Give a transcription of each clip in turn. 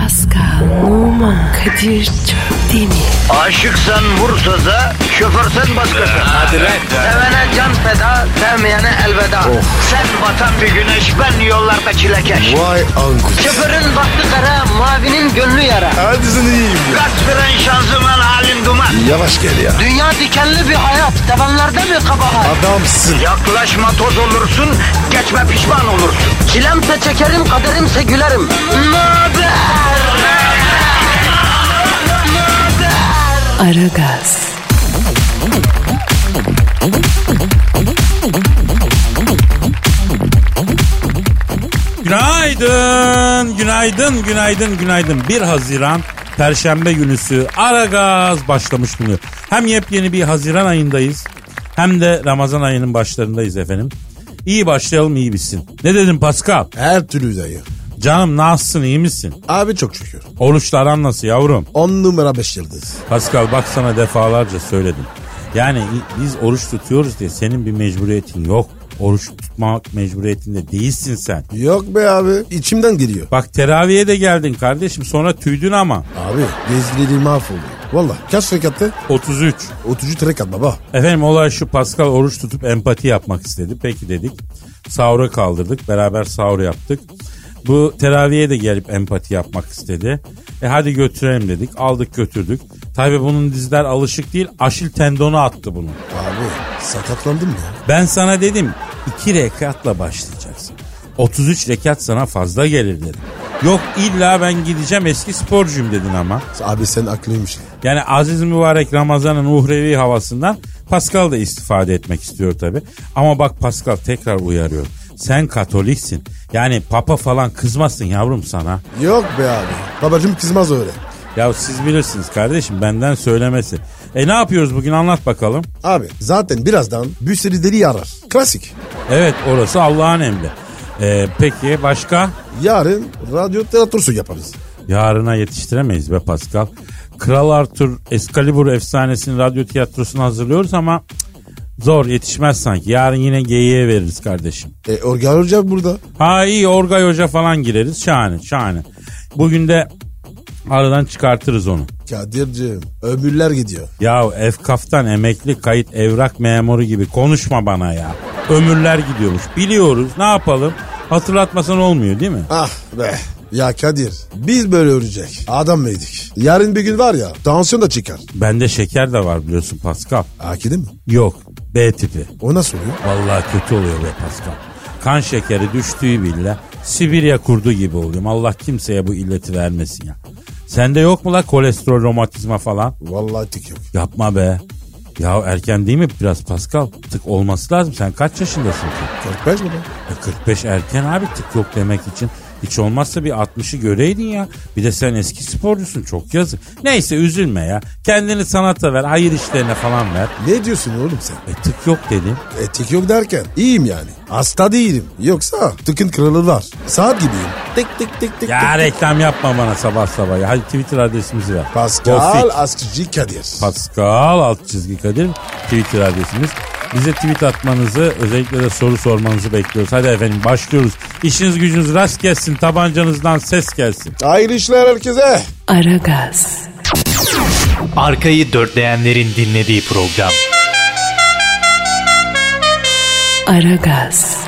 Pascal, Oman, Kadir çok değil mi? Aşıksan vursa da, şoförsen başkasın. Hadi lan. Sevene can feda, sevmeyene elveda. Sen batan bir güneş, ben yollarda çilekeş. Vay anku. Şoförün baktı kara, mavinin gönlü yara. Hadi sen iyiyim ya. Kasperen şanzıman halin duman. Yavaş gel ya. Dünya dikenli bir hayat, sevenlerde mi kabahar? Adamsın. Yaklaşma toz olursun, geçme pişman olursun. Çilemse çekerim, kaderimse gülerim. Möber! Aragaz. Günaydın, günaydın, günaydın, günaydın. 1 Haziran Perşembe günüsü Aragaz başlamış bulunuyor. Hem yepyeni bir Haziran ayındayız hem de Ramazan ayının başlarındayız efendim. İyi başlayalım, iyi bitsin. Ne dedin Pascal? Her türlü dayı. Canım nasılsın, iyi misin? Abi çok şükür. Oruçla aran nasıl yavrum? 10 numara 5 yıldız. Pascal bak sana defalarca söyledim. Yani biz oruç tutuyoruz diye senin bir mecburiyetin yok. Oruç tutmak mecburiyetinde değilsin sen. Yok be abi. İçimden geliyor. Bak teraviye de geldin kardeşim, sonra tüydün ama. Abi gezgilerim mahvoldu. Valla kaç rekattı? 33. 33 rekat baba. Efendim olay şu, Pascal oruç tutup empati yapmak istedi. Peki dedik. Sahura kaldırdık. Beraber sahur yaptık. Bu teraviye de gelip empati yapmak istedi. Hadi götürelim dedik. Aldık götürdük. Tabii bunun dizler alışık değil. Aşil tendonu attı bunu. Abi sakatlandım ya. Ben sana dedim 2 rekatla başlayacaksın. 33 rekat sana fazla gelir dedim. Yok illa ben gideceğim, eski sporcuyum dedin ama. Abi sen aklıymış. Yani aziz mübarek Ramazan'ın uhrevi havasından Pascal da istifade etmek istiyor tabii. Ama bak Pascal, tekrar uyarıyorum. Sen Katoliksin. Yani Papa falan kızmasın yavrum sana. Yok be abi. Babacım kızmaz öyle. Ya siz bilirsiniz kardeşim, benden söylemesi. Ne yapıyoruz bugün, anlat bakalım. Abi zaten birazdan bir sürü deli arar. Klasik. Evet, orası Allah'ın emri. Peki başka? Yarın radyo tiyatrosu yaparız. Yarına yetiştiremeyiz be Pascal. Kral Arthur Excalibur efsanesinin radyo tiyatrosunu hazırlıyoruz ama zor, yetişmez sanki. Yarın yine geyiğe veririz kardeşim. Organ Hoca burada. Ha iyi, Orgay Hoca falan gireriz. Şahane şahane. Bugün de aradan çıkartırız onu. Kadir'cim ömürler gidiyor. Ya Efkaf'tan emekli kayıt evrak memuru gibi konuşma bana ya. Ömürler gidiyormuş. Biliyoruz, ne yapalım? Hatırlatmasan olmuyor değil mi? Ah be. Ya Kadir biz böyle ölecek adam mıydık? Yarın bir gün var ya tansiyon da çıkar. Bende şeker de var biliyorsun Pascal. Akide mi? Yok, B tipi. O nasıl oluyor? Vallahi kötü oluyor be Pascal. Kan şekeri düştüğü bile Sibirya kurdu gibi oluyorum. Allah kimseye bu illeti vermesin ya. Sende yok mu la kolesterol, romatizma falan? Vallahi tık yok. Yapma be. Ya erken değil mi biraz Pascal? Tık olması lazım. Sen kaç yaşındasın ki? 45 mi be? 45 erken abi, tık yok demek için. Hiç olmazsa bir 60'ı göreydin ya. Bir de sen eski sporcusun, çok yazık. Neyse üzülme ya. Kendini sanata ver, hayır işlerine falan ver. Ne diyorsun oğlum sen? Tık yok dedim. Tık yok derken iyiyim yani. Hasta değilim. Yoksa tıkın kralı var. Saat gibiyim. Tık tık tık tık. Ya tık. reklam yapma bana sabah sabah ya. Hadi Twitter adresimizi ver. Pascal Gofik. Askıcı Kadir. Pascal _Kadir Twitter adresimiz. Bize tweet atmanızı, özellikle de soru sormanızı bekliyoruz. Hadi efendim başlıyoruz. İşiniz gücünüz rast gelsin, tabancanızdan ses gelsin. Hayırlı işler herkese. Aragaz. Arkayı dörtleyenlerin dinlediği program. Aragaz.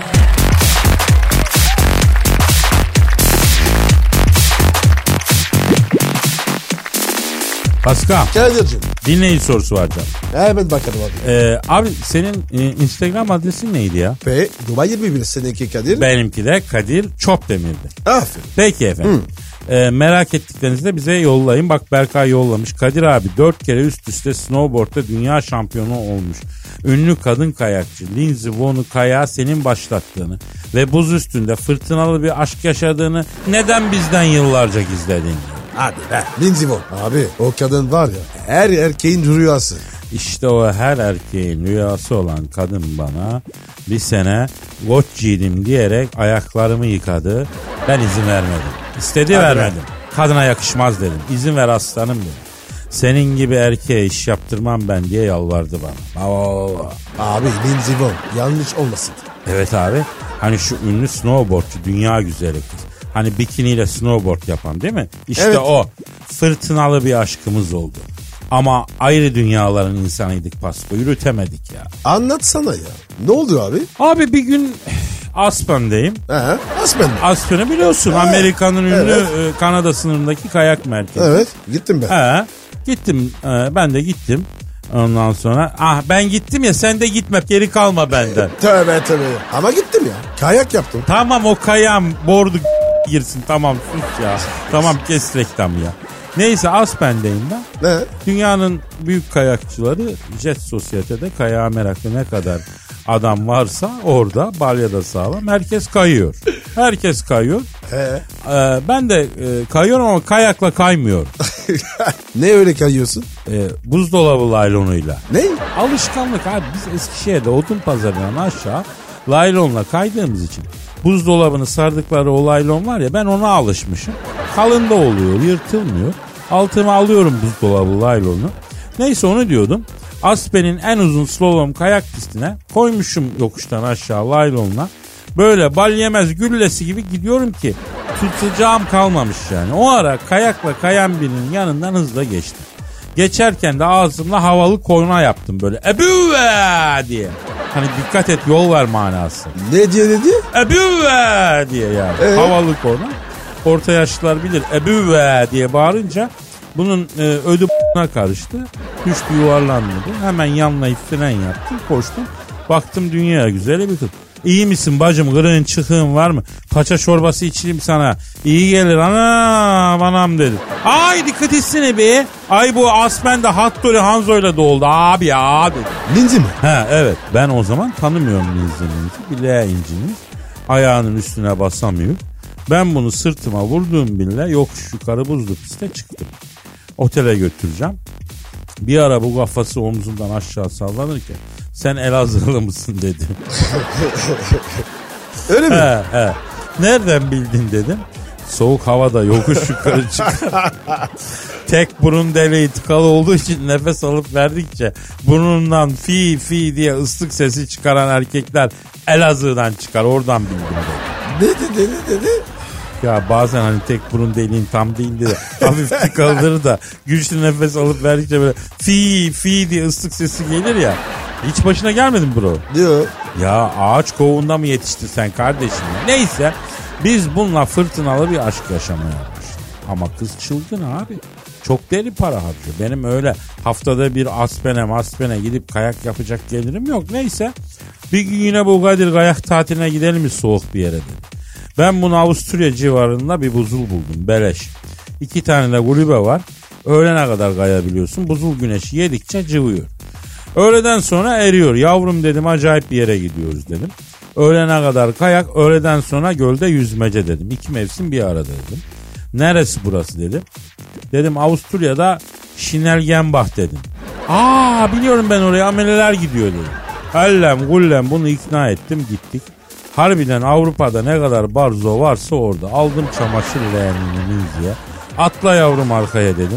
Pascal, Kadir'cim. dinleyici sorusu var canım. Hemen bakalım abi. Abi senin Instagram adresin neydi ya? Ve Dubai 21 seneki Kadir. Benimki de Kadir Çopdemir'di. Aferin. Peki efendim. Merak ettiklerinizi de bize yollayın. Bak Berkay yollamış. Kadir abi 4 kere üst üste snowboard'da dünya şampiyonu olmuş. Ünlü kadın kayakçı Lindsey Vonn'u kayağa senin başlattığını ve buz üstünde fırtınalı bir aşk yaşadığını neden bizden yıllarca gizledin? Hadi be. Lindsey Vonn. Abi o kadın var ya her erkeğin rüyası. İşte o her erkeğin rüyası olan kadın bana bir sene got giydim diyerek ayaklarımı yıkadı. Ben izin vermedim. İstedi, vermedim. Kadına yakışmaz dedim. İzin ver aslanım dedim. Senin gibi erkeğe iş yaptırmam ben diye yalvardı bana. Abi Lindsey Vonn yanlış olmasın. Evet abi. Hani şu ünlü snowboardçu, dünya güzeli kız. Hani bikiniyle snowboard yapan değil mi? İşte Evet. o fırtınalı bir aşkımız oldu. Ama ayrı dünyaların insanıydık Pasko, yürütemedik ya. Anlatsana ya. Ne oldu abi? Abi bir gün Aspen'deyim. Aspen. Aspen'i biliyorsun, Amerika'nın ünlü Kanada sınırındaki kayak merkezi. Evet, gittim ben. Gittim, ben de gittim. Ondan sonra ben gittim ya, sen de gitme, geri kalma benden. Tövbe. Ama gittim ya. Kayak yaptım. Tamam, o kayağım bordu girsin, tamam sus ya. Tamam, kes reklam ya. Neyse, Aspen'deyim ben. Ne? Dünyanın büyük kayakçıları Jet Society'de kayağa meraklı ne kadar adam varsa orada balyada sağlam. Herkes kayıyor. Herkes kayıyor. Ben de kayıyorum ama kayakla kaymıyorum. Ne öyle kayıyorsun? Buzdolabı laylonuyla. Ne? Alışkanlık abi, biz Eskişehir'de Odunpazarı'ndan aşağı laylonla kaydığımız için buzdolabını sardıkları o laylon var ya, ben ona alışmışım. Kalın da oluyor, yırtılmıyor. Altıma alıyorum buzdolabı laylonu. Neyse, onu diyordum. Aspen'in en uzun slalom kayak pistine koymuşum yokuştan aşağı laylonla. Böyle bal yemez güllesi gibi gidiyorum ki tutacağım kalmamış yani. O ara kayakla kayan birinin yanından hızla geçtim. Geçerken de ağzımla havalı korna yaptım böyle. Ebüve diye. Hani dikkat et, yol ver manası. Ne diye dedi? Ebüve diye yani. Havalı korna. Orta yaşlılar bilir. Ebüve diye bağırınca bunun ödü karıştı. Düştü, yuvarlanmadı. Hemen yanlayıp fren yaptım, koştum. Baktım dünya güzeli bir kız. İyi misin bacım, kırığın çıkığın var mı? Paça çorbası içeyim sana. İyi gelir anam dedi. Ay dikkat etsene be. Ay bu Aspen'de Hattori Hanzo'yla doldu abi ya dedi. Linzi mi? Evet, ben o zaman tanımıyorum Linzi'nin. Bileğe inciniz. Ayağının üstüne basamıyor. Ben bunu sırtıma vurduğum bile yokuş yukarı buzlu piste çıktım. Otele götüreceğim. Bir ara bu kafası omzundan aşağı sallanırken sen Elazığlı mısın dedi. Öyle mi? Nereden bildin dedim. Soğuk havada yokuş yukarı çıkar. Tek burun deliği tıkalı olduğu için nefes alıp verdikçe burnundan fi diye ıslık sesi çıkaran erkekler Elazığ'dan çıkar, oradan bildim dedi. Ne dedi? Ya bazen hani tek burun deliğin tam değildir de hafif tıkalıdır da güçlü nefes alıp verdikçe böyle fi diye ıslık sesi gelir ya. Hiç başına gelmedi mi bro? Diyor. Ya ağaç kovuğunda mı yetişti sen kardeşim? Neyse, biz bununla fırtınalı bir aşk yaşamaya başladık. Ama kız çılgın abi. Çok deli para harcıyor. Benim öyle haftada bir Aspen'e gidip kayak yapacak gelirim yok. Neyse, bir gün yine bu Kadir kayak tatiline gidelim mi soğuk bir yere dedi. Ben bunu Avusturya civarında bir buzul buldum, beleş. 2 tane de kulübe var. Öğlene kadar kayabiliyorsun. Buzul güneşi yedikçe cıvıyor. Öğleden sonra eriyor. Yavrum dedim, acayip bir yere gidiyoruz dedim. Öğlene kadar kayak, öğleden sonra gölde yüzmece dedim. 2 mevsim bir arada dedim. Neresi burası dedim. Dedim Avusturya'da Schnellgenbach dedim. Biliyorum ben oraya, ameleler gidiyor dedim. Hallem gullem bunu ikna ettim, gittik. Harbiden Avrupa'da ne kadar barzo varsa orada. Aldım çamaşır leğenini Linzi'ye. Atla yavrum arkaya dedim.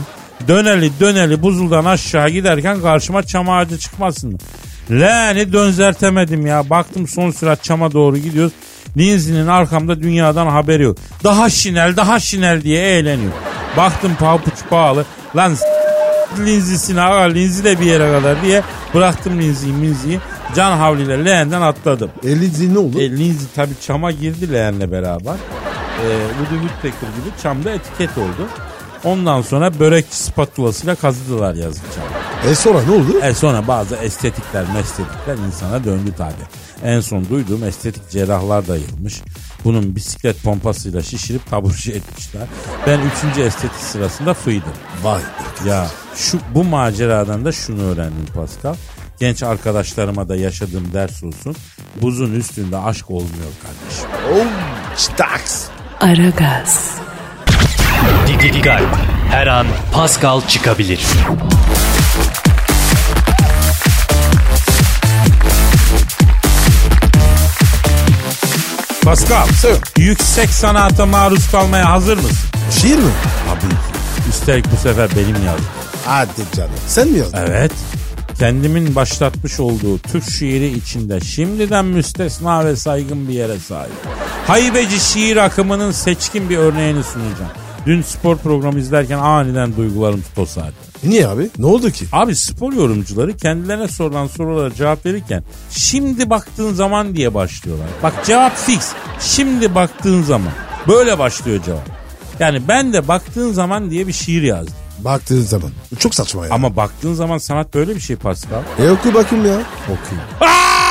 Döneli buzuldan aşağı giderken karşıma çam ağacı çıkmasın mı? Leğeni dönzertemedim ya. Baktım son sürat çama doğru gidiyoruz. Linzi'nin arkamda dünyadan haberi yok. Daha şinel diye eğleniyor. Baktım pabuç bağlı. Lan Linzi'sine Linzi de bir yere kadar diye bıraktım Linzi'yi. Can havliyle leğenden atladım. Linzi ne oldu? Linzi tabii çama girdi leğenle beraber. Woody Woodpecker gibi çamda etiket oldu. Ondan sonra börekçi spatulasıyla kazıdılar yazık çamı. Sonra ne oldu? Sonra bazı estetikler insana döndü tabii. En son duyduğum estetik cerrahlar da yılmış. Bunun bisiklet pompasıyla şişirip taburcu etmişler. Ben 3. estetik sırasında fıydım. Vay. Ya bu maceradan da şunu öğrendim Pascal. Genç arkadaşlarıma da yaşadığım ders olsun. Buzun üstünde aşk olmuyor kardeşim. Staks. Aragaz. Dikkat. Her an Pascal çıkabilir. Pascal, yüksek sanata maruz kalmaya hazır mısın? Şiir mi? Tabii ki. Üstelik bu sefer benim yazdım. Hadi canım. Sen mi yazdın? Evet. kendimin başlatmış olduğu Türk şiiri içinde şimdiden müstesna ve saygın bir yere sahip. Haybeci şiir akımının seçkin bir örneğini sunacağım. Dün spor programı izlerken aniden duygularım tosardı. Niye abi? Ne oldu ki? Abi spor yorumcuları kendilerine sorulan sorulara cevap verirken şimdi baktığın zaman diye başlıyorlar. Bak cevap fix. Şimdi baktığın zaman. Böyle başlıyor cevap. Yani ben de baktığın zaman diye bir şiir yazdım. Baktığın zaman. Çok saçma ya. Ama baktığın zaman sanat böyle bir şey Pascal. Oku bakayım ya. Okuyun.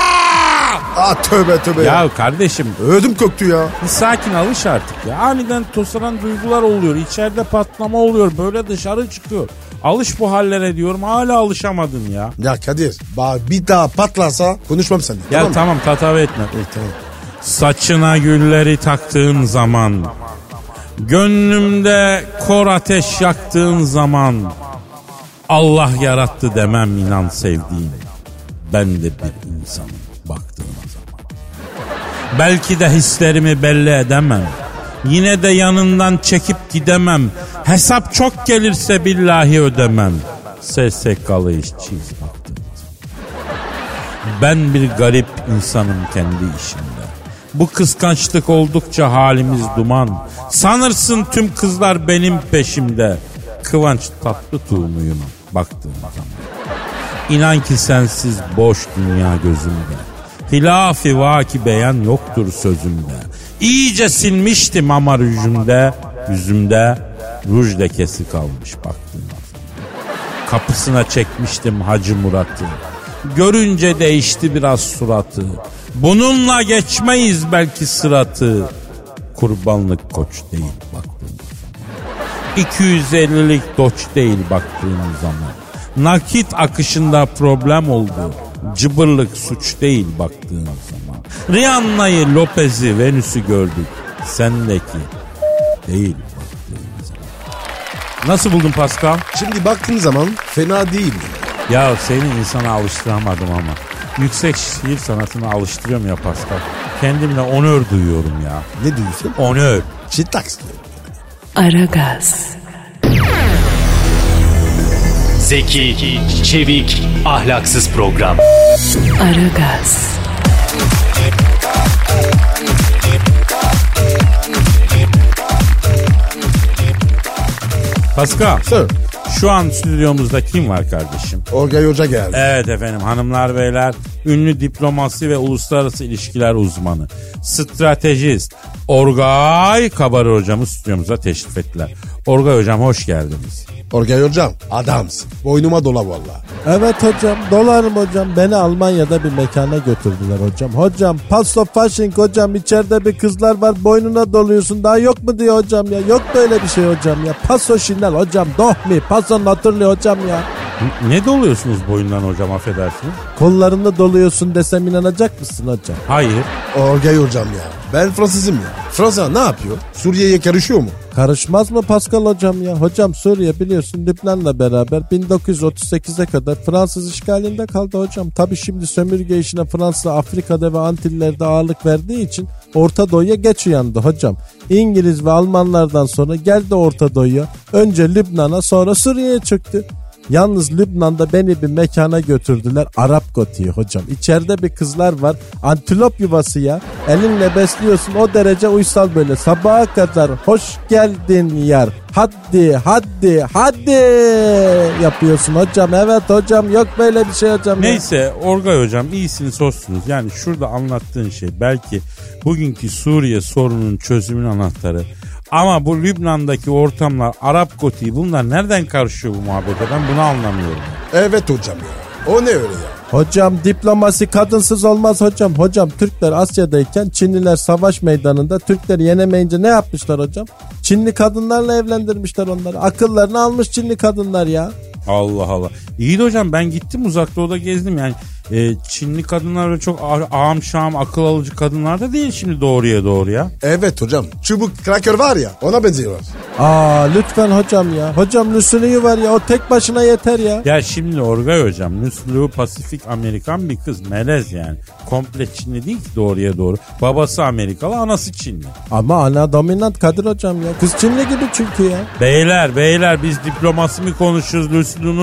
Tövbe. Ya kardeşim Ödüm koktu ya. bir sakin alış artık ya. Aniden tosaran duygular oluyor. İçeride patlama oluyor. Böyle dışarı çıkıyor. Alış bu hallere diyorum. Hala alışamadın ya. Ya Kadir bak bir daha patlarsa konuşmam seninle. Ya tamam tatava etme. Tamam. Saçına gülleri taktığın zaman, gönlümde kor ateş yaktığın zaman, Allah yarattı demem inan sevdiğim. Ben de bir insanım baktığın zaman. Belki de hislerimi belli edemem. Yine de yanından çekip gidemem. Hesap çok gelirse billahi ödemem. SSK'lı işçiyiz baktığın zaman. Ben bir garip insanım kendi işimde. Bu kıskançlık oldukça halimiz duman. Sanırsın tüm kızlar benim peşimde. Kıvanç Tatlıtuğ'muyum baktığım zaman. İnan ki sensiz boş dünya gözümde. Hilaf-ı vaki beyan yoktur sözümde. İyice silmiştim ama yüzümde ruj lekesi kalmış baktığım zaman. Kapısına çekmiştim Hacı Murat'ı. Görünce değişti biraz suratı. Bununla geçmeyiz belki sıratı. Kurbanlık koç değil baktığın zaman. 250'lik doç değil baktığın zaman. Nakit akışında problem oldu. Cıbırlık suç değil baktığın zaman. Rihanna'yı, Lopez'i, Venüs'ü gördük. Sendeki değil baktığın zaman. Nasıl buldun Pascal? Şimdi baktığın zaman fena değil. Ya seni insana alıştıramadım ama. Yüksek şiir sanatına alıştırıyorum ya Pascal. Kendimle onör duyuyorum ya. Ne diyorsun? Onör. Çitaks. Aragaz, Zeki, çevik, ahlaksız program. Aragaz, Pascal, Sir. şu an stüdyomuzda kim var kardeşim? Orgay Hoca geldi. Evet efendim, hanımlar beyler, ünlü diplomasi ve uluslararası ilişkiler uzmanı, stratejist Orgay Kabarır hocamız stüdyomuza teşrif ettiler. Orgay hocam hoş geldiniz. Orgay Hocam adamsın. Boynuma dola valla. Evet hocam, dolarım hocam. Beni Almanya'da bir mekana götürdüler hocam. Hocam paso fasching hocam, içeride bir kızlar var, boynuna doluyorsun, daha yok mu diyor hocam ya. Yok böyle bir şey hocam ya. Paso şinel hocam, dohmi, paso naturli hocam ya. Ne doluyorsunuz boyundan hocam, affedersiniz? Kollarını doluyorsun desem inanacak mısın hocam? Hayır. Orgay Hocam ya. Ben Fransızım ya. Fransa ne yapıyor? Suriye'ye karışıyor mu? Karışmaz mı Pascal hocam ya? Hocam Suriye biliyorsun Lübnan'la beraber 1938'e kadar Fransız işgalinde kaldı hocam. Tabii şimdi sömürge işine Fransa Afrika'da ve Antiller'de ağırlık verdiği için Orta Doğu'ya geç uyandı hocam. İngiliz ve Almanlardan sonra geldi Orta Doğu'ya. Önce Lübnan'a, sonra Suriye'ye çöktü. Yalnız Lübnan'da beni bir mekana götürdüler, Arap gotiği hocam. İçeride bir kızlar var, antilop yuvası ya. Elinle besliyorsun, o derece uysal böyle. Sabaha kadar hoş geldin yar. Hadi yapıyorsun hocam. Evet hocam, yok böyle bir şey hocam. Neyse Orgay hocam, iyisiniz hoşsunuz. Yani şurada anlattığın şey belki bugünkü Suriye sorununun çözümünün anahtarı. Ama bu Lübnan'daki ortamlar, Arap gotiği, bunlar nereden karışıyor bu muhabbete? Ben bunu anlamıyorum. Evet hocam ya. O ne öyle ya? Hocam diplomasi kadınsız olmaz hocam. Hocam Türkler Asya'dayken Çinliler savaş meydanında Türkleri yenemeyince ne yapmışlar hocam? Çinli kadınlarla evlendirmişler onları. Akıllarını almış Çinli kadınlar ya. Allah Allah. İyi de hocam, ben gittim Uzak Doğu'da gezdim yani. Çinli kadınlar öyle çok ağam şam akıl alıcı kadınlar da değil şimdi doğruya. Evet hocam. Çubuk kraker var ya, ona benziyorlar. Lütfen hocam ya. Hocam Nüsülü'yü var ya, o tek başına yeter ya. Ya şimdi Orgay hocam, Nüslü Pasifik Amerikan bir kız, melez yani. Komple Çinli değil ki doğru. Babası Amerikalı, anası Çinli. Ama ana dominant Kadir hocam ya. Kız Çinli gibi çünkü ya. Beyler biz diplomasi mi konuşuyoruz? Nüslü'nün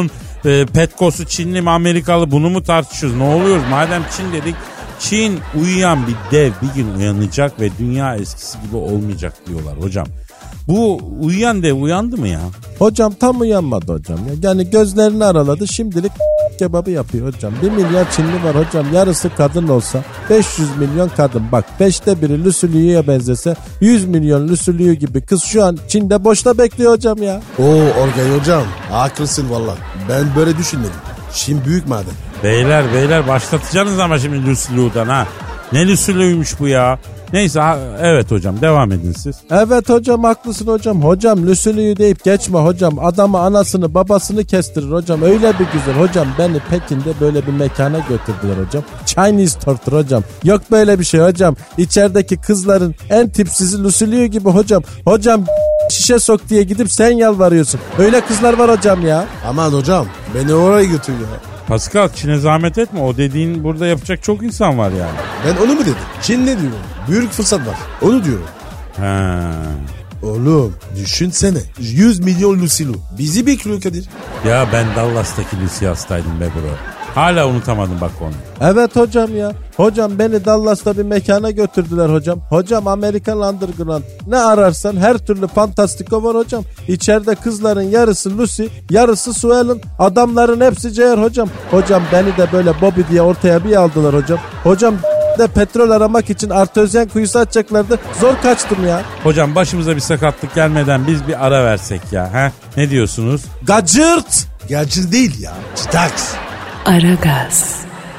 Petkosu Çinli mi Amerikalı, bunu mu tartışıyoruz? Ne oluyoruz? Madem Çin dedik, Çin uyuyan bir dev bir gün uyanacak ve dünya eskisi gibi olmayacak diyorlar hocam. Bu uyuyan dev uyandı mı ya? Hocam tam uyanmadı hocam ya. Yani gözlerini araladı, şimdilik kebabı yapıyor hocam. 1 milyar Çinli var hocam, yarısı kadın olsa 500 milyon kadın. Bak 5'te biri Lucy Liu'ya benzese 100 milyon Lucy Liu gibi kız şu an Çin'de boşta bekliyor hocam ya. Orgay hocam haklısın valla. Ben böyle düşünmedim. Çin büyük maden. Beyler başlatacaksınız ama şimdi Lucy Liu'dan ha. Ne Lucy Liu'ymuş bu ya? Neyse evet hocam, devam edin siz. Evet hocam, haklısın hocam. Hocam Lucy Liu deyip geçme hocam. Adamı anasını babasını kestirir hocam. Öyle bir güzel hocam. Beni Pekin'de böyle bir mekana götürdüler hocam. Chinese torture hocam. Yok böyle bir şey hocam. İçerideki kızların en tipsizi Lucy Liu gibi hocam. Hocam şişe sok diye gidip sen yalvarıyorsun. Öyle kızlar var hocam ya. Aman hocam beni oraya götür ya. Pascal, Çin'e zahmet etme. O dediğin burada yapacak çok insan var yani. Ben onu mu dedim? Çin ne diyor? Büyük fırsat var. Onu diyorum. He. Oğlum düşünsene. 100 milyon Lucy Liu. Bizi bekliyor Kadir. Ya ben Dallas'taki Lucy hastaydım be bro. Hala unutamadım bak onu. Evet hocam ya. Hocam beni Dallas'ta bir mekana götürdüler hocam. Hocam American Underground. Ne ararsan her türlü fantastiko var hocam. İçeride kızların yarısı Lucy, yarısı Suelen. Adamların hepsi Ceyer hocam. Hocam beni de böyle Bobby diye ortaya bir aldılar hocam. Hocam de petrol aramak için artezyen kuyusu açacaklardı. Zor kaçtım ya. Hocam başımıza bir sakatlık gelmeden biz bir ara versek ya. He? Ne diyorsunuz? Gacırt. Gerçi değil ya. Çıtaks. Aragaz.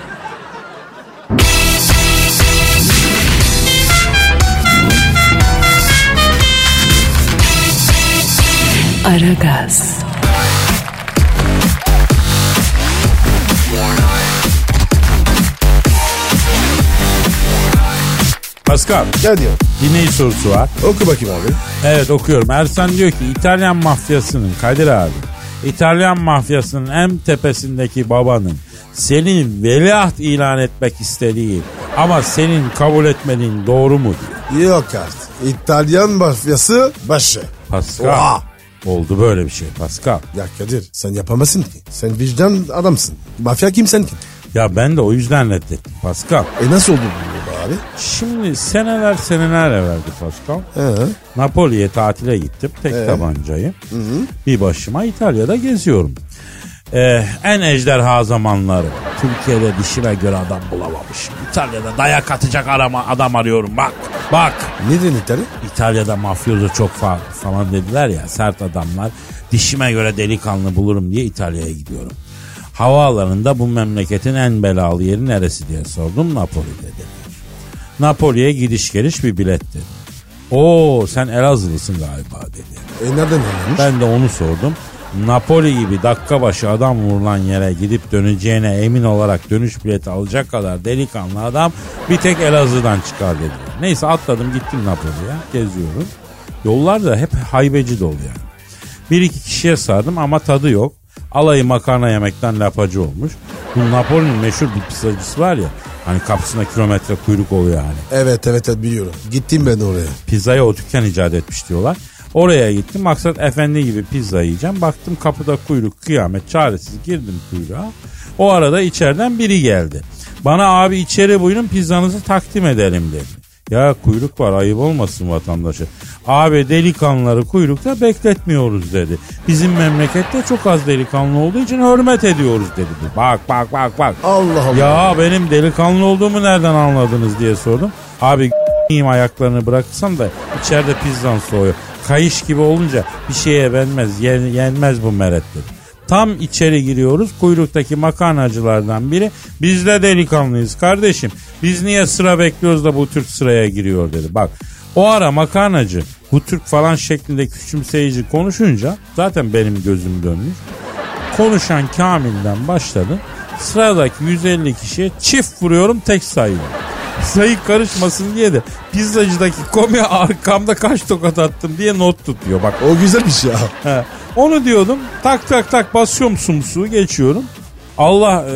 Aragaz. Pascal, Ne diyor? dinleyici sorusu var. Oku bakayım abi. Evet, okuyorum. Ersan diyor ki İtalyan mafyasının, Kadir abi, İtalyan mafyasının en tepesindeki babanın senin veliaht ilan etmek istediği ama senin kabul etmediğin doğru mu diyor. Yok artık. İtalyan mafyası başı. Pascal. Oha. Oldu böyle bir şey Pascal. Ya Kadir sen yapamazsın ki. Sen vicdan adamsın. Mafya kimsen ki? Ya ben de o yüzden reddettim Pascal. Nasıl oldu bu abi? Şimdi seneler evveldi Pascal. He. Napoli'ye tatile gittim. Tek tabancayı. Bir başıma İtalya'da geziyorum. En ejderha zamanları. Türkiye'de dişime göre adam bulamamışım. İtalya'da dayak atacak adam arıyorum. Bak. Neden İtalya? İtalya'da mafyozo çok falan dediler ya, sert adamlar. Dişime göre delikanlı bulurum diye İtalya'ya gidiyorum. Havaalanında bu memleketin en belalı yeri neresi diye sordum. Napoli dedi. Napoli'ye gidiş geliş bir bilet dedi. Oo, sen Elazığlısın galiba dedi. Nereden anlamış? Ben de onu sordum. Napoli gibi dakika başı adam vurulan yere gidip döneceğine emin olarak dönüş bileti alacak kadar delikanlı adam bir tek Elazığ'dan çıkar dedi. Neyse atladım gittim Napoli'ye, geziyorum. Yollar da hep haybeci dolu yani. Bir iki kişiye sardım ama tadı yok. Alayı makarna yemekten lapacı olmuş. Bu Napoli'nin meşhur bir pizzacısı var ya. Hani kapısına kilometre kuyruk oluyor hani. Evet biliyorum. Gittim ben oraya. Pizzaya o dükkan icat etmiş diyorlar. Oraya gittim. Maksat efendi gibi pizza yiyeceğim. Baktım kapıda kuyruk, kıyamet, çaresiz girdim kuyruğa. O arada içeriden biri geldi. Bana abi içeri buyurun pizzanızı takdim edelim dedi. Ya kuyruk var, ayıp olmasın vatandaşı. Abi delikanlıları kuyrukta bekletmiyoruz dedi. Bizim memlekette çok az delikanlı olduğu için hürmet ediyoruz dedi. Bak. Allah Allah. Ya benim delikanlı olduğumu nereden anladınız diye sordum. Abi ayaklarını bırakırsan da içeride pizzan soğuyor. Kayış gibi olunca bir şeye yenmez bu meret dedi. Tam içeri giriyoruz, kuyruktaki makarnacılardan biri biz de delikanlıyız kardeşim, biz niye sıra bekliyoruz da bu Türk sıraya giriyor dedi. Bak o ara makarnacı bu Türk falan şeklinde küçümseyici konuşunca zaten benim gözüm dönmüş. Konuşan Kamil'den başladı, sıradaki 150 kişiye çift vuruyorum tek sayıyorum. Sayı karışmasın diye de pizzacıdaki komiye arkamda kaç tokat attım diye not tutuyor. Bak O güzel bir şey ya. he, onu diyordum, tak basıyorum sumsuğu geçiyorum. Allah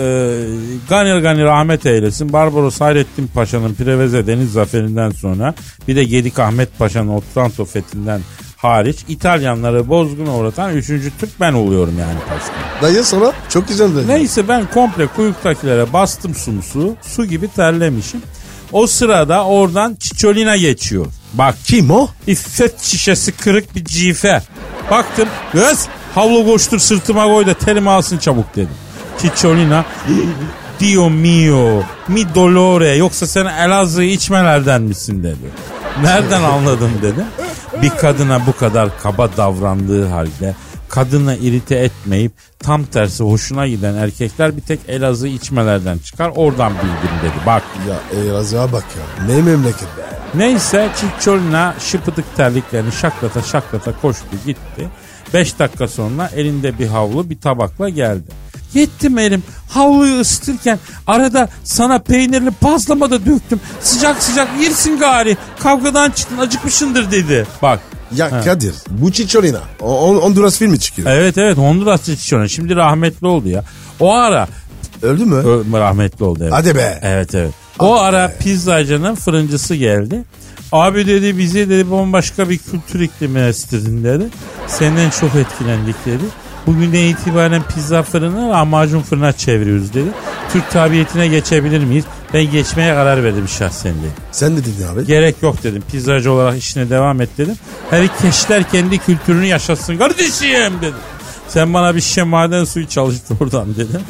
gani rahmet eylesin. Barbaros Hayrettin Paşa'nın Preveze Deniz Zaferi'nden sonra bir de Gedik Ahmet Paşa'nın Otranto fethinden hariç İtalyanları bozguna uğratan 3. Türk ben oluyorum yani Pascal. Dayı sonra çok güzel dayı. Neyse ben komple kuyuktakilere bastım su gibi terlemişim. O sırada oradan Çiçolina geçiyor. Bak Kim o? İffet şişesi kırık bir cife. Baktım kız havlu koştur sırtıma koy da terimi alsın çabuk dedim. Çiçolina Dio mio mi dolore yoksa sen Elazığ'ı içmelerden misin dedi. Nereden anladın dedim. Bir kadına bu kadar kaba davrandığı halde kadını irite etmeyip tam tersi hoşuna giden erkekler bir tek Elazığ içmelerden çıkar. Oradan bildim dedi. Bak. Ya Elazığ'a bak ya. Ne memleket be. Neyse Çiçolina şıpıdık terliklerini şaklata koştu gitti. 5 dakika sonra elinde bir havlu bir tabakla geldi. Yettim elim havluyu ısıtırken arada sana peynirli pazlama da döktüm. Sıcak sıcak yersin gari. Kavgadan çıktın acıkmışındır dedi. Bak. Ya Kadir bu Çiçolina Honduras filmi çıkıyor. Evet Honduras Çiçolina şimdi rahmetli oldu ya. O ara. Öldü mü? Rahmetli oldu evet. Hadi be. Evet. O ara pizzacının fırıncısı geldi. Abi dedi bize dedi bambaşka bir kültür iklimi estirdin dedi. Senden çok etkilendik dedi. Bugünden itibaren pizza fırını lahmacun fırına çeviriyoruz dedi. Türk tabiyetine geçebilir miyiz? Ben geçmeye karar verdim şahsen dedi. Sen ne dedin abi? Gerek yok dedim. Pizzacı olarak işine devam et dedim. Herkesler kendi kültürünü yaşasın kardeşim dedim. Sen bana bir şişe maden suyu çalıştı oradan dedim.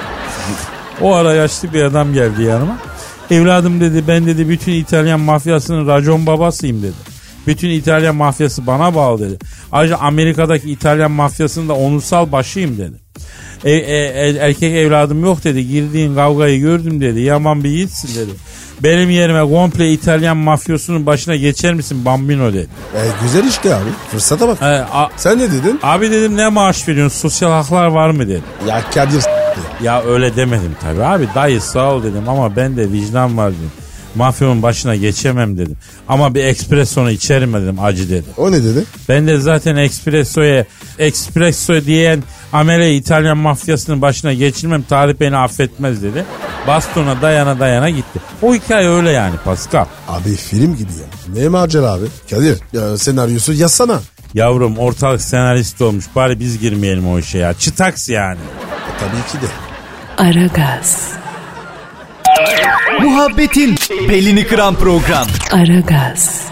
O ara yaşlı bir adam geldi yanıma. Evladım dedi ben dedi bütün İtalyan mafyasının racon babasıyım dedi. Bütün İtalyan mafyası bana bağlı dedi. Ayrıca Amerika'daki İtalyan mafyasının da onursal başıyım dedi. Erkek evladım yok dedi. Girdiğin kavgayı gördüm dedi. Yaman bir yiğitsin dedi. Benim yerime komple İtalyan mafyosunun başına geçer misin bambino dedi. Güzel işte abi. Fırsata bak. Sen ne dedin? Abi dedim ne maaş veriyorsun? Sosyal haklar var mı dedi. Ya Kadir ya öyle demedim tabii abi. Dayı sağ ol dedim ama bende vicdan var dedim. Mafyonun başına geçemem dedim. Ama bir espressonu içerim dedim acı dedi. O ne dedi? Ben de zaten espresso diyen amele İtalyan mafyasının başına geçirmem tarih beni affetmez dedi. Bastona dayana gitti. O hikaye öyle yani Pascal. Abi film gibi ya. Ne macera abi? Kadir ya, senaryosu yazsana. Yavrum ortalık senarist olmuş bari biz girmeyelim o işe ya. Çıtaks yani. Tabii ki de. Aragaz. Muhabbetin belini kıran program. Aragaz.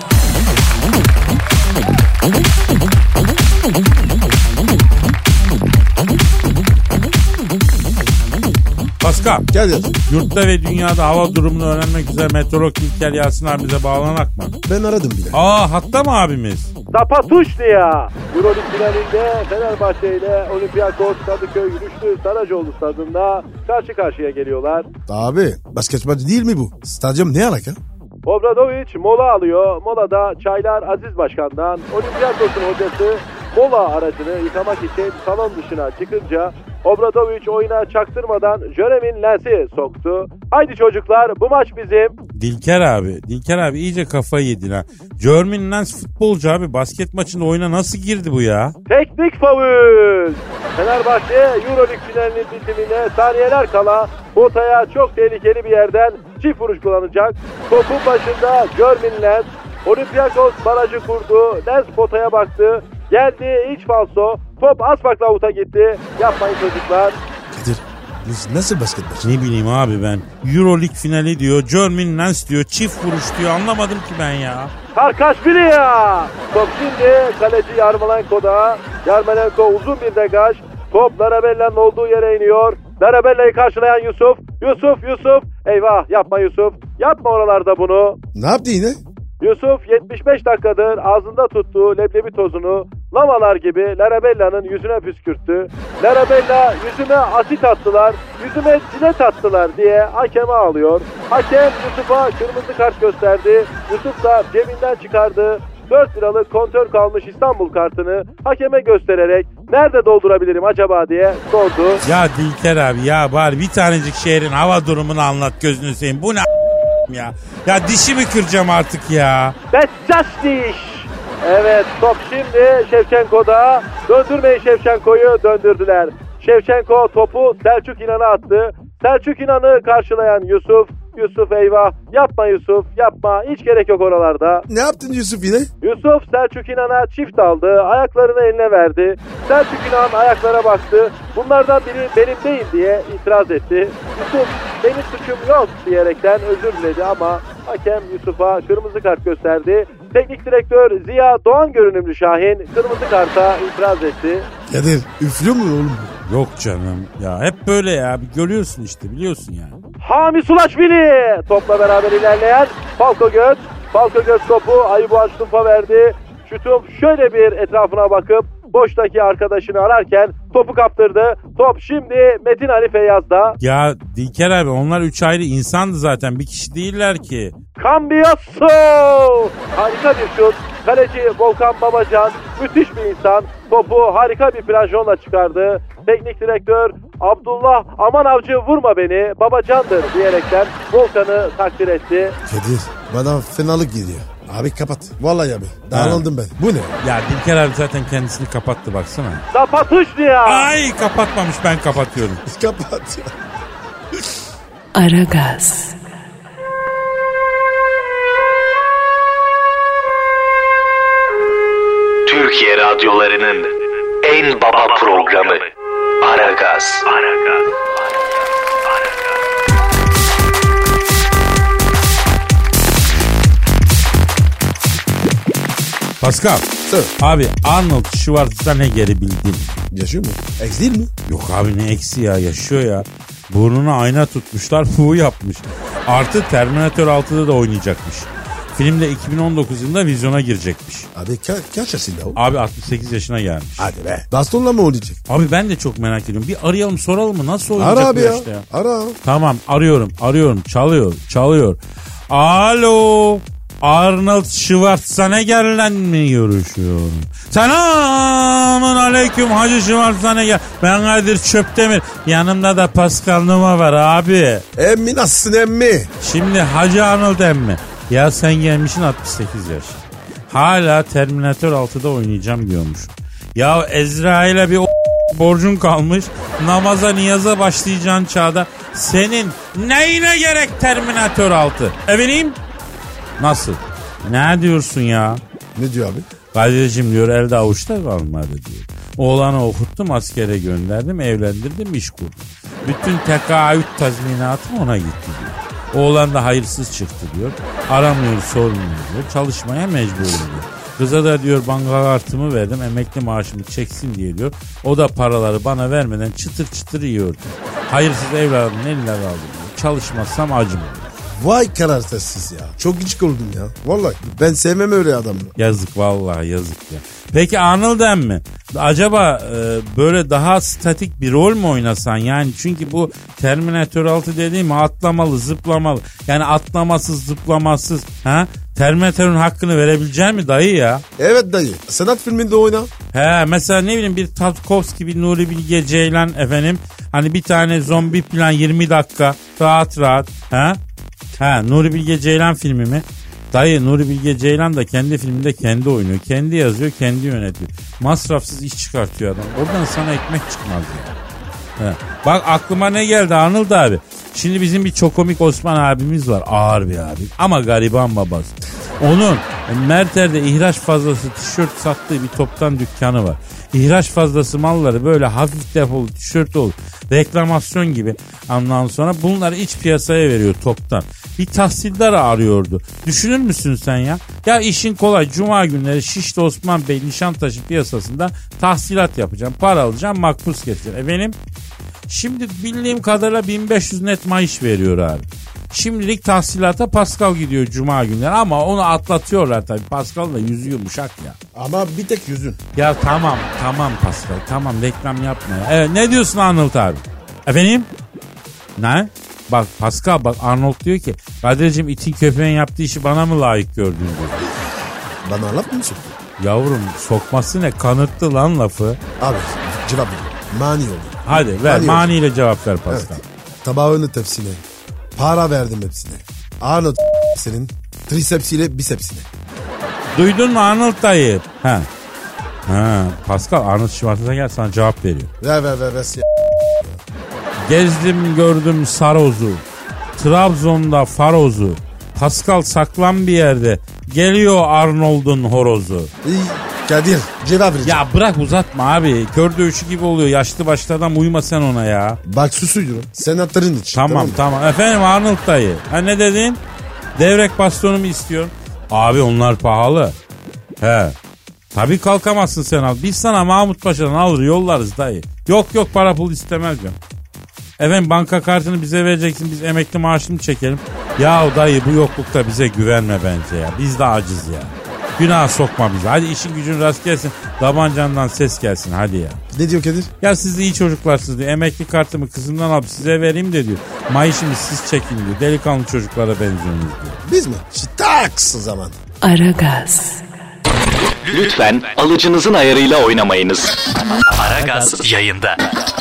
Pascal. Kadir. Yurtta ve dünyada hava durumunu öğrenmek üzere meteorolog İlker Yasin abimize bağlanak mı? Ben aradım bile. Hatta mı abimiz? Zapatuşnia. Euroleague finalinde Fenerbahçe ile Olympiakos Kadıköy Rüştü Saracoğlu stadında karşı karşıya geliyorlar. Abi basketbol değil mi bu? Stadyum ne alaka? Obradovic mola alıyor. Molada çaylar Aziz Başkan'dan. Olympiakos'un hocası mola aracını yıkamak için salon dışına çıkınca Obradovic oyuna çaktırmadan Jeremy Lens'i soktu. Haydi çocuklar bu maç bizim. Dilker abi iyice kafayı yedin ha. Jeremy Lens futbolcu abi basket maçında oyuna nasıl girdi bu ya? Teknik faul. Fenerbahçe Euroleague finalinin bitimine saniyeler kala potaya çok tehlikeli bir yerden çift vuruş kullanacak. Topun başında Jeremy Lens. Olympiakos barajı kurdu. Lens potaya baktı. Geldi iç falso. Top asfakla avuta gitti. Yapmayın çocuklar. Kadir bu nasıl basketbol? Ne bileyim abi ben. Euroleague finali diyor. Jeremy Lens diyor. Çift vuruş diyor. Anlamadım ki ben ya. Karkaşvili ya. Top şimdi kaleci Yarmolenko'da. Yarmolenko uzun bir degaj. Top Larabella'nın olduğu yere iniyor. Larabella'yı karşılayan Yusuf. Yusuf. Eyvah yapma Yusuf. Yapma oralarda bunu. Ne yaptı yine? Yusuf 75 dakikadır ağzında tuttuğu leblebi tozunu lamalar gibi Larabella'nın yüzüne püskürttü. Larabella yüzüme asit attılar, yüzüme cilet attılar diye hakeme ağlıyor. Hakem Yusuf'a kırmızı kart gösterdi. Yusuf da cebinden çıkardı. 4 liralık kontör kalmış İstanbul kartını hakeme göstererek nerede doldurabilirim acaba diye sordu. Ya Dilker abi ya bari bir tanecik şehrin hava durumunu anlat gözünü seveyim. Bu ne ya? Ya dişimi kıracağım artık ya. That's diş. Evet top şimdi Şevçenko'da. Döndürmeyin Şevçenko'yu döndürdüler. Şevçenko topu Selçuk İnan'a attı. Selçuk İnan'ı karşılayan Yusuf Yusuf eyvah. Yapma Yusuf, yapma. Hiç gerek yok oralarda. Ne yaptın Yusuf yine? Yusuf Selçuk İnan'a çift aldı. Ayaklarını eline verdi. Selçuk İnan ayaklara baktı. Bunlardan biri benim değil diye itiraz etti. Yusuf benim suçum yok diyerekten özür diledi ama hakem Yusuf'a kırmızı kart gösterdi. Teknik direktör Ziya Doğan görünümlü Şahin kırmızı karta itiraz etti. Kadir üflüyor mu oğlum? Yok canım ya, hep böyle ya, bir görüyorsun işte, biliyorsun yani. Hami Sulaçvili topla beraber ilerleyen Falco Göz. Falco Göz topu Ayıp Açtuf'a verdi. Şutum şöyle bir etrafına bakıp boştaki arkadaşını ararken topu kaptırdı. Top şimdi Metin Ali Feyyaz'da. Ya Dilker abi, onlar 3 ayrı insandı zaten, bir kişi değiller ki. Cambiasso! Harika bir şut. Kaleci Volkan Babacan müthiş bir insan. Topu harika bir planjonla çıkardı. Teknik direktör Abdullah aman avcı vurma beni Babacan'dır diyerekten Volkan'ı takdir etti. Kadir bana fenalık geliyor. Abi kapat. Vallahi abi. Dağlandım ben. Bu ne? Ya Dilker abi zaten kendisini kapattı, baksana. Zapatış ya. Ay kapatmamış, ben kapatıyorum. Kapat ya. Aragaz. Türkiye radyolarının en baba programı Aragaz. Pascal. Sir. Abi Arnold Schwarzenegger'i bildin. Yaşıyor mu? Ex değil mi? Yok abi, ne eksi ya, yaşıyor ya. Burnuna ayna tutmuşlar, fuhu yapmış. Artı Terminator 6'da da oynayacakmış. Filmde 2019 yılında vizyona girecekmiş. Abi kaç yaşında o? Abi 68 yaşına gelmiş. Hadi be. Bastonla mı oynayacak? Abi ben de çok merak ediyorum. Bir arayalım, soralım mı? Nasıl oynayacak Ara abi bu ya. yaşta ya? Ara. Tamam, arıyorum. Çalıyor. Alo. Arnold Schwarzenegger'le mi görüşüyorum? Selamun aleyküm Hacı Schwarzenegger. Ben Kadir Çöptemir. Yanımda da Pascal Numa var abi. Emmi nasılsın emmi? Şimdi Hacı Arnold emmi. Ya sen gelmişsin 68 yaş. Hala Terminator 6'da oynayacağım diyormuş. Ya Ezrail'e bir borcun kalmış. Namaza niyaza başlayacağın çağda senin neyine gerek Terminator 6? Efendim? Nasıl? Ne diyorsun ya? Ne diyor abi? Kadir'cim diyor, elde avuçta kalmadı diyor. Oğlanı okuttum, askere gönderdim, evlendirdim, iş kurdum. Bütün tekaüt tazminatım ona gitti diyor. Oğlan da hayırsız çıktı diyor. Aramıyor, sormuyor diyor. Çalışmaya mecburum diyor. Kıza da diyor banka kartımı verdim, emekli maaşımı çeksin diye diyor. O da paraları bana vermeden çıtır çıtır yiyordu. Hayırsız evladımın eline kaldı diyor. Çalışmazsam acımıyor. Vay kararsız ya. Çok gıcık oldum ya. Vallahi ben sevmem öyle adamı. Yazık, vallahi yazık ya. Peki Arnold emmi, acaba böyle daha statik bir rol mü oynasan? Yani çünkü bu Terminator 6 dediğim atlamalı, zıplamalı. Yani atlamasız, zıplamasız. Ha? Terminator'un hakkını verebilecek mi dayı ya? Evet dayı. Sanat filminde oyna. He, mesela ne bileyim, bir Tarkovski, bir Nuri Bilge Ceylan efendim. Hani bir tane zombi plan 20 dakika rahat. Ha? Ha, Nuri Bilge Ceylan filmi mi? Dayı, Nuri Bilge Ceylan da kendi filminde kendi oynuyor. Kendi yazıyor, kendi yönetiyor. Masrafsız iş çıkartıyor adam. Oradan sana ekmek çıkmaz ya. He. Bak aklıma ne geldi Arnold abi. Şimdi bizim bir çok komik Osman abimiz var. Ağır bir abi. Ama gariban babası. Onun Merter'de ihraç fazlası tişört sattığı bir toptan dükkanı var. İhraç fazlası malları böyle hafif defolu tişört olur. Reklamasyon gibi. Ondan sonra bunları iç piyasaya veriyor toptan. Bir tahsildar arıyordu. Düşünür müsün sen ya? Ya işin kolay. Cuma günleri Şişli Osman Bey Nişantaşı piyasasında tahsilat yapacağım. Para alacağım, makbuz keseceğim. Efendim? Şimdi bildiğim kadarıyla 1500 net maaş veriyor abi. Şimdilik tahsilata Pascal gidiyor Cuma günleri ama onu atlatıyorlar tabii. Pascal'ın da yüzü yumuşak ya. Ama bir tek yüzün. Ya tamam Pascal, tamam, reklam yapma ya. Evet, ne diyorsun Arnold abi? Efendim? Ne? Bak Pascal, bak Arnold diyor ki Kadir'cim itin köpeğin yaptığı işi bana mı layık gördün diyor. Bana laf mı soktu? Yavrum sokması ne, kanıttı lan lafı. Abi cevap veriyor. Mani oldu. Hadi ver, maniyle cevap ver Pascal. Evet. Tabağını tepsine. Para verdim hepsine. Arnold senin trisepsiyle bisepsine. Duydun mu Arnold dayı? Ha. Pascal, Arnold Schwarzenegger sana cevap veriyor. Ver. Gezdim gördüm Saroz'u. Trabzon'da farozu. Pascal saklan bir yerde. Geliyor Arnold'un horozu. Kadir cevap vereceğim. Ya bırak uzatma abi. Kör dövüşü gibi oluyor. Yaşlı başlı adam, uyma sen ona ya. Bak susuyorum. Sen hatırın için. Tamam. Efendim Arnold dayı. Ha ne dedin? Devrek bastonu mu istiyorsun? Abi onlar pahalı. He. Tabii kalkamazsın sen al. Biz sana Mahmut Paşa'dan alır yollarız dayı. Yok para pul istemez canım. Efendim banka kartını bize vereceksin, biz emekli maaşını çekelim. Ya dayı bu yoklukta bize güvenme bence ya. Biz de aciz ya. Günah sokma bizi. Hadi işin gücün rast gelsin. Tabancandan ses gelsin hadi ya. Ne diyor Kadir? Ya siz de iyi çocuklarsınız diyor. Emekli kartımı kızımdan alıp size vereyim de diyor. Maaşımı siz çekin diyor. Delikanlı çocuklara benziyorsunuz diyor. Biz mi? Taks o zaman. Aragaz. Lütfen alıcınızın ayarıyla oynamayınız. Aragaz yayında.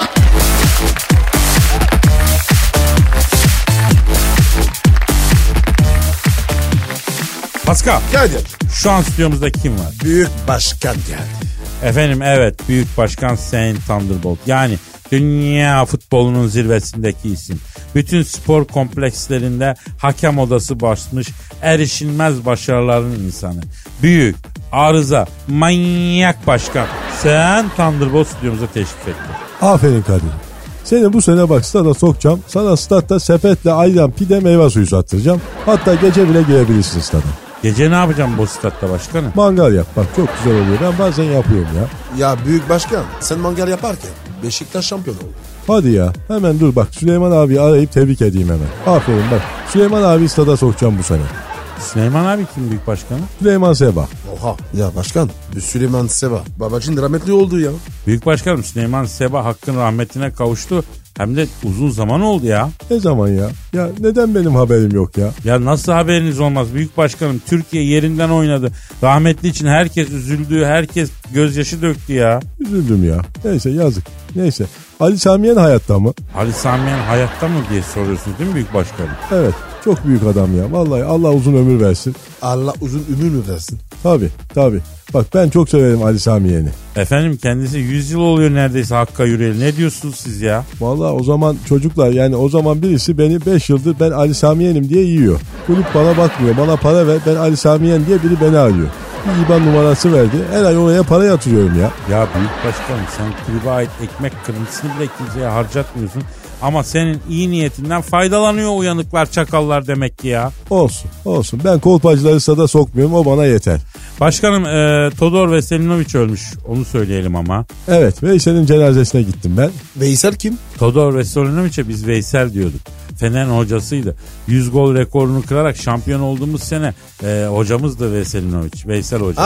Pascal, Kadir. şu an stüdyomuzda kim var? Büyük başkan geldi. Efendim evet, Büyük Başkan Sayın Thunderbolt. Yani dünya futbolunun zirvesindeki isim. Bütün spor komplekslerinde hakem odası basmış, erişilmez başarıların insanı. Büyük, arıza, manyak başkan Sayın Thunderbolt stüdyomuza teşrif etti. Aferin Kadir. Seni bu sene bak stada sokacağım. Sana statta sepetle ayran pide meyve suyu sattıracağım. Hatta gece bile girebilirsin stada. Gece ne yapacağım bu statta başkanım? Mangal yap bak çok güzel oluyor. Ben bazen yapıyorum ya. Ya büyük başkan sen mangal yaparken Beşiktaş şampiyon oldu. Hadi ya hemen dur bak Süleyman abi arayıp tebrik edeyim hemen. Aferin bak Süleyman abi stada sokacağım bu sene. Süleyman abi kim Büyük Başkanım? Süleyman Seba. Oha ya başkan bu Süleyman Seba babacın rahmetli oldu ya. Büyük Başkanım Süleyman Seba hakkın rahmetine kavuştu. Hem de uzun zaman oldu ya. Ne zaman ya? Ya neden benim haberim yok ya? Ya nasıl haberiniz olmaz Büyük Başkanım? Türkiye yerinden oynadı. Rahmetli için herkes üzüldü, herkes gözyaşı döktü ya. Üzüldüm ya. Neyse yazık. Neyse. Ali Samiyen hayatta mı? Ali Samiyen hayatta mı diye soruyorsunuz değil mi Büyük Başkanım? Evet. Çok büyük adam ya. Vallahi Allah uzun ömür versin. Allah uzun ömür mü versin? Tabii. Bak ben çok severim Ali Samiyen'i. Efendim kendisi 100 yıl oluyor neredeyse Hakk'a yürüyeli. Ne diyorsunuz siz ya? Vallahi o zaman çocuklar yani o zaman birisi beni 5 yıldır ben Ali Samiyen'im diye yiyor. Kulüp bana bakmıyor. Bana para ver ben Ali Samiyen diye biri beni arıyor. Bir IBAN numarası verdi. Her ay oraya para yatırıyorum ya. Ya Büyük Başkanım sen kulübe ait ekmek kırıntısını bile kimseye harcatmıyorsun. Ama senin iyi niyetinden faydalanıyor uyanıklar, çakallar demek ki ya. Olsun. Ben kolpacıları stada sokmuyorum o bana yeter. Başkanım Todor Veselinovic ölmüş. Onu söyleyelim ama. Evet Veysel'in cenazesine gittim ben. Veysel kim? Todor Veselinovic'e biz Veysel diyorduk. Fener'in hocasıydı. 100 gol rekorunu kırarak şampiyon olduğumuz sene hocamız da Veselinovic. Veysel hoca.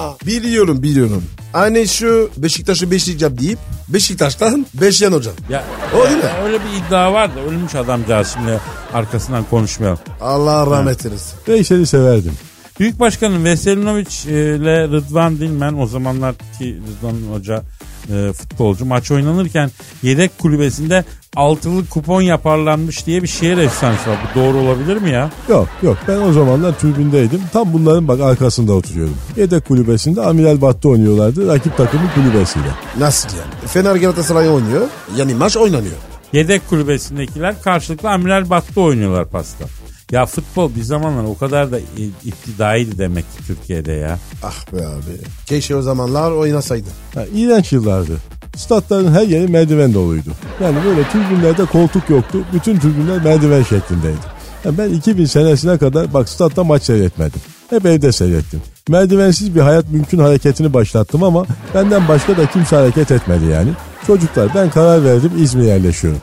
Biliyorum. Hani şu Beşiktaş'ı beşleyeceğim deyip Beşiktaş'tan beşleyen hocam. Ya, o değil mi? Öyle bir iddia var da ölmüş adamcağız, şimdi arkasından konuşmayalım. Allah rahmet eylesin. Veysel'i severdim. Büyük Başkanım Veselinovic ile Rıdvan Dilmen, o zamanlar ki Rıdvan Hoca futbolcu, maç oynanırken yedek kulübesinde altılı kupon yaparlanmış diye bir şehir efsanesi var. Bu doğru olabilir mi ya? Yok ben o zamanlar tribündeydim. Tam bunların bak arkasında oturuyordum. Yedek kulübesinde Amiral Battı oynuyorlardı. Rakip takımın kulübesiyle. Nasıl yani? Fener Galatasaray oynuyor. Yani maç oynanıyor. Yedek kulübesindekiler karşılıklı Amiral Battı oynuyorlar Pascal. Ya futbol bir zamanlar o kadar da iptidaiydi demek ki Türkiye'de ya. Ah be abi. Keşke o zamanlar oynasaydı. İğrenç yıllardı. Statların her yeri merdiven doluydu. Yani böyle tribünlerde koltuk yoktu. Bütün tribünler merdiven şeklindeydi. Yani ben 2000 senesine kadar bak statta maç seyretmedim. Hep evde seyrettim. Merdivensiz bir hayat mümkün hareketini başlattım ama benden başka da kimse hareket etmedi yani. Çocuklar ben karar verdim İzmir'e yerleşiyorum.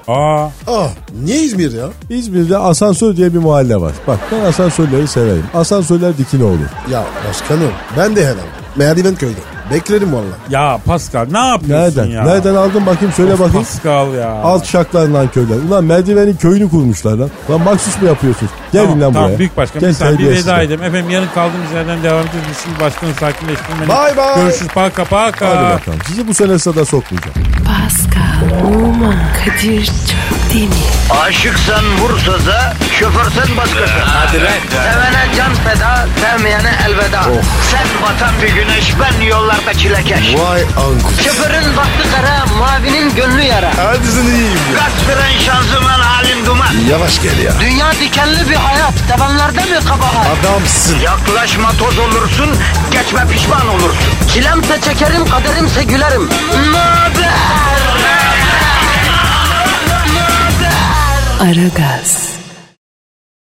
Niye İzmir ya? İzmir'de asansör diye bir mahalle var. Bak ben asansörleri severim. Asansörler dikine olur. Ya başkanım ben de herhalde. Merdiven köyde. Beklerim valla. Ya Pascal ne yapıyorsun Nereden? ya? Nereden aldın bakayım söyle bakayım. Pascal ya. Alt şaklar lan köyler. Ulan merdivenin köyünü kurmuşlar lan. Lan maksus mu yapıyorsunuz? Gelin Tamam, lan buraya. tamam Büyük Başkan. Gel Bir saniye bir terbiyesiz. veda edelim. Efendim yarın kaldığımız yerden devam edeceğiz. Biz şimdi başkanı sakinleştirmeli. Bye bye. Görüşürüz. Paka. Hadi bakalım. Sizi bu sene stada sokmayacağım. Pascal, Oman, Kadir çok değil mi? Aşıksan vursa da şoförsen başkasın. Hadi lan. Sevene can feda, sevmeyene elveda. Sen batan bir güneş, ben yollarda Sokaklarda çilekeş. Vay anku. Şoförün baktı kara, mavinin gönlü yara. Hadi sen iyiyim ya. Kasperen şanzıman halin duman. Yavaş gel ya. Dünya dikenli bir hayat, sevenlerde mi kabahar? Adamsın. Yaklaşma toz olursun, geçme pişman olursun. Çilemse çekerim, kaderimse gülerim. Möber! Aragaz.